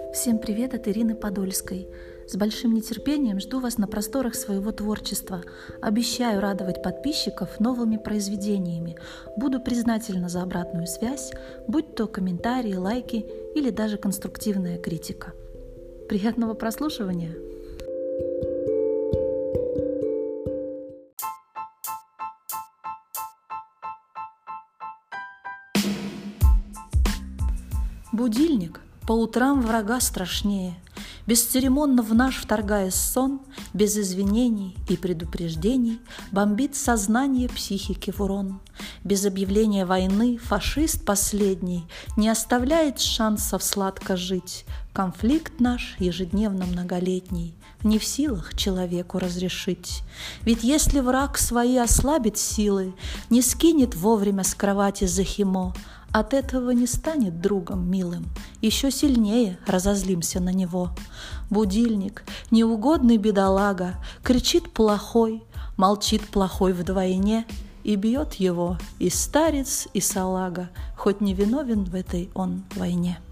Всем привет от Ирины Подольской. С большим нетерпением жду вас на просторах своего творчества. Обещаю радовать подписчиков новыми произведениями. Буду признательна за обратную связь, будь то комментарии, лайки или даже конструктивная критика. Приятного прослушивания! Будильник по утрам врага страшнее, бесцеремонно в наш вторгаясь сон, без извинений и предупреждений бомбит сознание психики в урон. Без объявления войны фашист последний не оставляет шансов сладко жить. Конфликт наш ежедневно многолетний не в силах человеку разрешить. Ведь если враг свои ослабит силы, не скинет вовремя с кровати захимо, от этого не станет другом милым, еще сильнее разозлимся на него. Будильник, неугодный бедолага, кричит плохой, молчит плохой вдвойне, и бьет его и старец, и салага, хоть не виновен в этой он войне.